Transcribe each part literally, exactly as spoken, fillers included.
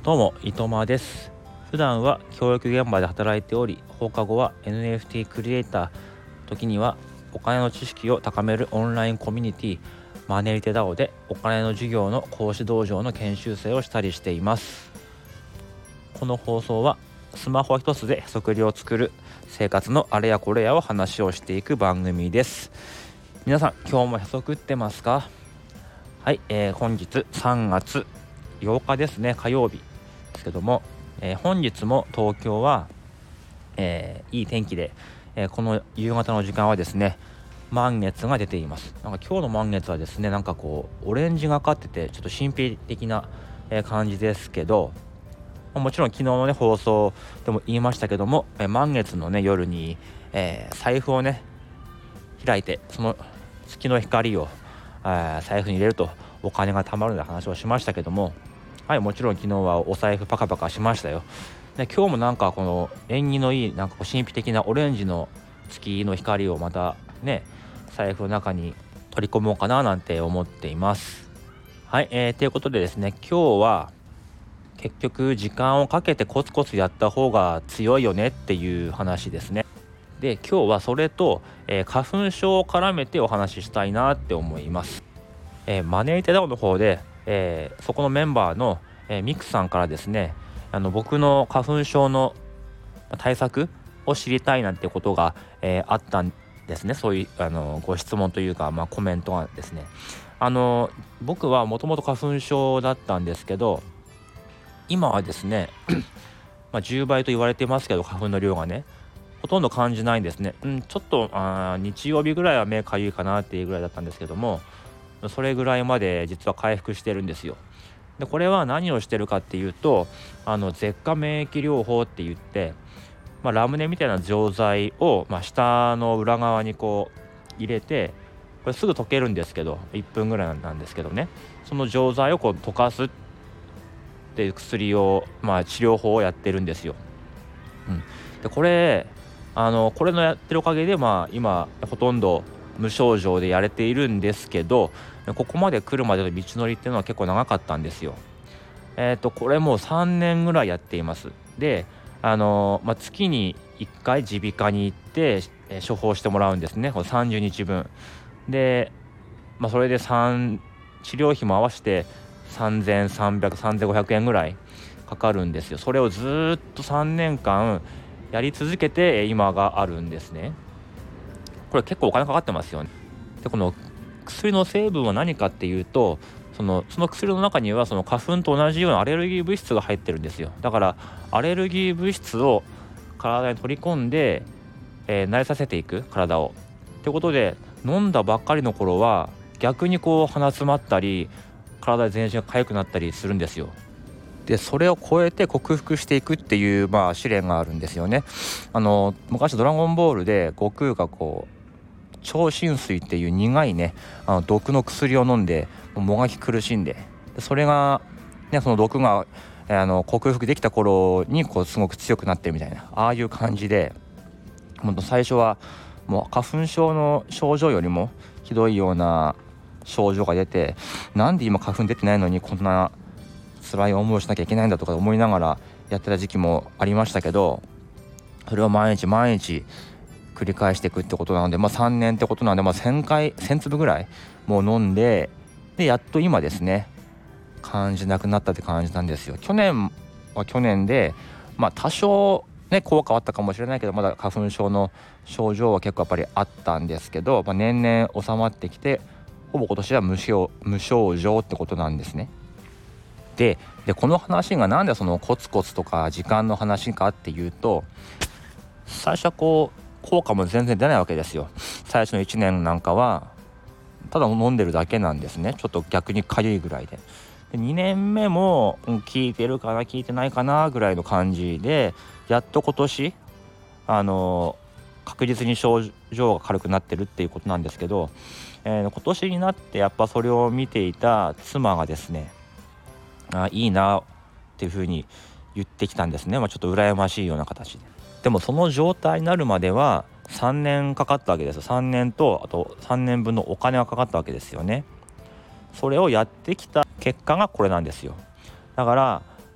どうも伊藤間です。普段は教育現場で働いており、放課後は エヌエフティー クリエイター、時にはお金の知識を高めるオンラインコミュニティマネリテダオでお金の授業の講師道場の研修生をしたりしています。この放送はスマホ一つでへそくりを作る生活のあれやこれやを話をしていく番組です。皆さん今日もへそくってますか？はい、えー、本日さんがつようかですね、火曜日ですけども、えー、本日も東京は、えー、いい天気で、えー、この夕方の時間はですね満月が出ています。なんか今日の満月はですね、なんかこうオレンジがかっててちょっと神秘的な、えー、感じですけど、もちろん昨日のね放送でも言いましたけども、えー、満月のね夜に、えー、財布をね開いてその月の光を、えー、財布に入れるとお金が貯まるような話をしましたけども、はい、もちろん昨日はお財布パカパカしましたよ。で今日もなんかこの縁起のいいなんかこう神秘的なオレンジの月の光をまたね財布の中に取り込もうかななんて思っています。はい、えー、ということでですね、今日は結局時間をかけてコツコツやった方が強いよねっていう話ですね。で今日はそれと、えー、花粉症を絡めてお話ししたいなって思います。えー、マネーテダオの方で、えー、そこのメンバーの、えー、ミクさんからですね、あの僕の花粉症の対策を知りたいなんてことが、えー、あったんですね。そういうあのご質問というか、まあ、コメントがですね、あの僕はもともと花粉症だったんですけど、今はですねまあじゅうばいと言われてますけど、花粉の量がねほとんど感じないんですね。うん、ちょっとあ日曜日ぐらいは目かゆいかなっていうぐらいだったんですけども、それぐらいまで実は回復してるんですよ。でこれは何をしてるかっていうと、あの舌下免疫療法って言って、まあ、ラムネみたいな錠剤を、まあ、舌の裏側にこう入れて、これすぐ溶けるんですけどいっぷんぐらいなんですけどね、その錠剤をこう溶かすっていう薬を、まあ、治療法をやってるんですよ。うん、でこれあのこれのやってるおかげで、まあ、今ほとんど無症状でやれているんですけど、ここまで来るまでの道のりっていうのは結構長かったんですよ。えっとこれもうさんねんぐらいやっています。であの、まあ、月にいっかい耳鼻科に行って、えー処方してもらうんですね、このさんじゅうにちぶんで、まあ、それでさん治療費も合わせてさんぜんさんびゃく、さんぜんごひゃくえんぐらいかかるんですよ。それをずっとさんねんかんやり続けて今があるんですね。これ結構お金かかってますよね。でこの薬の成分は何かっていうと、そのその薬の中にはその花粉と同じようなアレルギー物質が入ってるんですよ。だからアレルギー物質を体に取り込んで、えー慣れさせていく体をってことで、飲んだばっかりの頃は逆にこう鼻詰まったり体全身が痒くなったりするんですよ。でそれを超えて克服していくっていう、まあ、試練があるんですよね。あの昔ドラゴンボールで悟空がこう超浸水っていう苦いねあの毒の薬を飲んでもがき苦しんで、でそれが、ね、その毒があの克服できた頃にこうすごく強くなってるみたいな、ああいう感じで、ほんと最初はもう花粉症の症状よりもひどいような症状が出て、なんで今花粉出てないのにこんな辛い思いをしなきゃいけないんだとか思いながらやってた時期もありましたけど、それを毎日毎日繰り返していくってことなので、まあ、さんねんってことなので、まあ、せんかいせんつぶぐらいもう飲んで、でやっと今ですね感じなくなったって感じなんですよ。去年は去年で、まあ多少ね効果はあったかもしれないけど、まだ花粉症の症状は結構やっぱりあったんですけど、まあ、年々収まってきて、ほぼ今年は無症無症状ってことなんですね。で, でこの話がなんでそのコツコツとか時間の話かっていうと、最初はこう効果も全然出ないわけですよ。最初のいちねんなんかはただ飲んでるだけなんですね。ちょっと逆にかゆいぐらいで。でにねんめも、うん、効いてるかな効いてないかなぐらいの感じで、やっと今年あの確実に症状が軽くなってるっていうことなんですけど、えー、今年になってやっぱそれを見ていた妻がですね、あいいなっていう風に言ってきたんですね。まあ、ちょっと羨ましいような形で。でもその状態になるまではさんねんかかったわけですよ。さんねんとあとさんねんぶんのお金がかかったわけですよね。それをやってきた結果がこれなんですよ。だから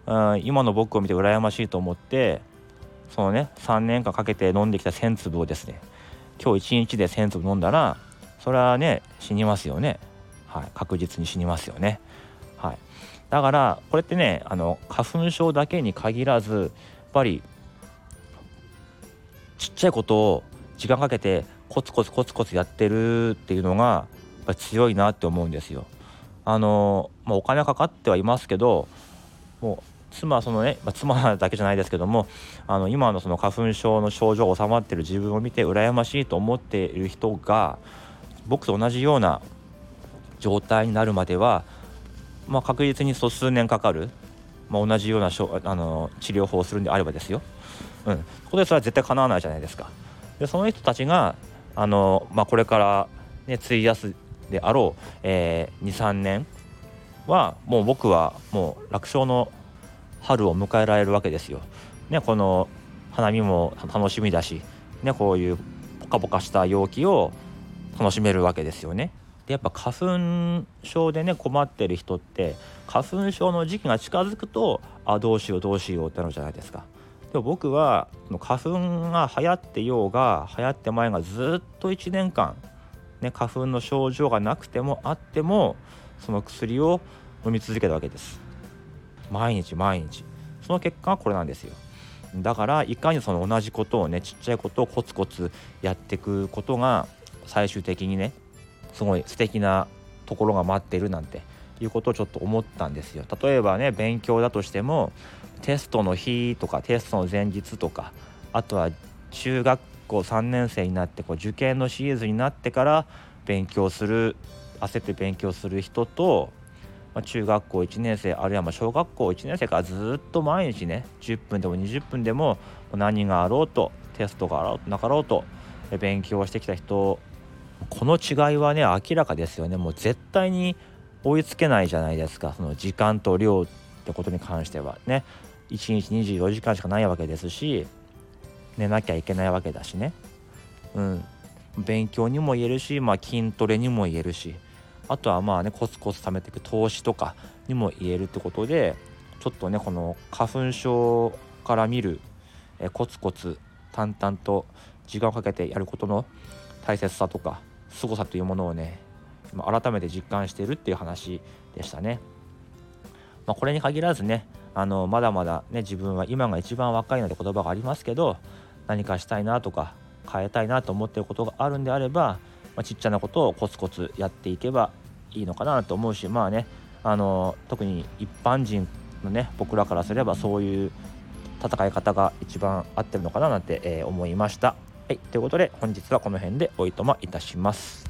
うん、今の僕を見て羨ましいと思ってそのねさんねんかんかけて飲んできたせんつぶをですね今日いちにちでせんつぶ飲んだらそれはね死にますよね。はい、確実に死にますよね。はい、だからこれってねあの花粉症だけに限らずやっぱりちっちゃいことを時間かけてコツコツコツコツやってるっていうのがやっぱり強いなって思うんですよ。あの、まあ、お金かかってはいますけどもう妻はそのね、まあ、妻だけじゃないですけどもあの今のその花粉症の症状が収まってる自分を見て羨ましいと思っている人が僕と同じような状態になるまでは、まあ、確実にそう数年かかる、まあ、同じようなしょあの治療法をするんであればですよ、うん、ここでそれは絶対叶わないじゃないですか。でその人たちがあの、まあ、これから、ね、費やすであろう、えー、にさんねんはもう僕はもう楽勝の春を迎えられるわけですよ、ね、この花見も楽しみだし、ね、こういうポカポカした陽気を楽しめるわけですよね。でやっぱ花粉症でね困ってる人って花粉症の時期が近づくとあどうしようどうしようってなるじゃないですか。でも僕は花粉が流行ってようが流行って前がずっといちねんかん、ね、花粉の症状がなくてもあってもその薬を飲み続けたわけです。毎日毎日。その結果はこれなんですよ。だからいかにその同じことをねちっちゃいことをコツコツやっていくことが最終的にねすごい素敵なところが待っているなんていうことをちょっと思ったんですよ。例えばね勉強だとしてもテストの日とかテストの前日とかあとは中学校さんねん生になってこう受験のシーズンになってから勉強する焦って勉強する人と、まあ、中学校いちねん生あるいはまあ小学校いちねん生からずっと毎日ねじゅっぷんでもにじゅっぷんでも何があろうとテストがあろうとなかろうと勉強してきた人、この違いはね明らかですよね。もう絶対に追いつけないじゃないですか。その時間と量ってことに関してはねいちにちにじゅうよじかんしかないわけですし寝なきゃいけないわけだしね、うん、勉強にも言えるし、まあ、筋トレにも言えるしあとはまあねコツコツ貯めていく投資とかにも言えるってことでちょっとねこの花粉症から見るえコツコツ淡々と時間をかけてやることの大切さとか凄さというものをね改めて実感しているっていう話でしたね。まあ、これに限らずねあのまだまだね自分は今が一番若いので言葉がありますけど何かしたいなとか変えたいなと思っていることがあるんであれば、まあ、ちっちゃなことをコツコツやっていけばいいのかなと思うしまあねあの特に一般人のね僕らからすればそういう戦い方が一番合ってるのかななんて、えー、思いました。はい、ということで本日はこの辺でおいとまいたします。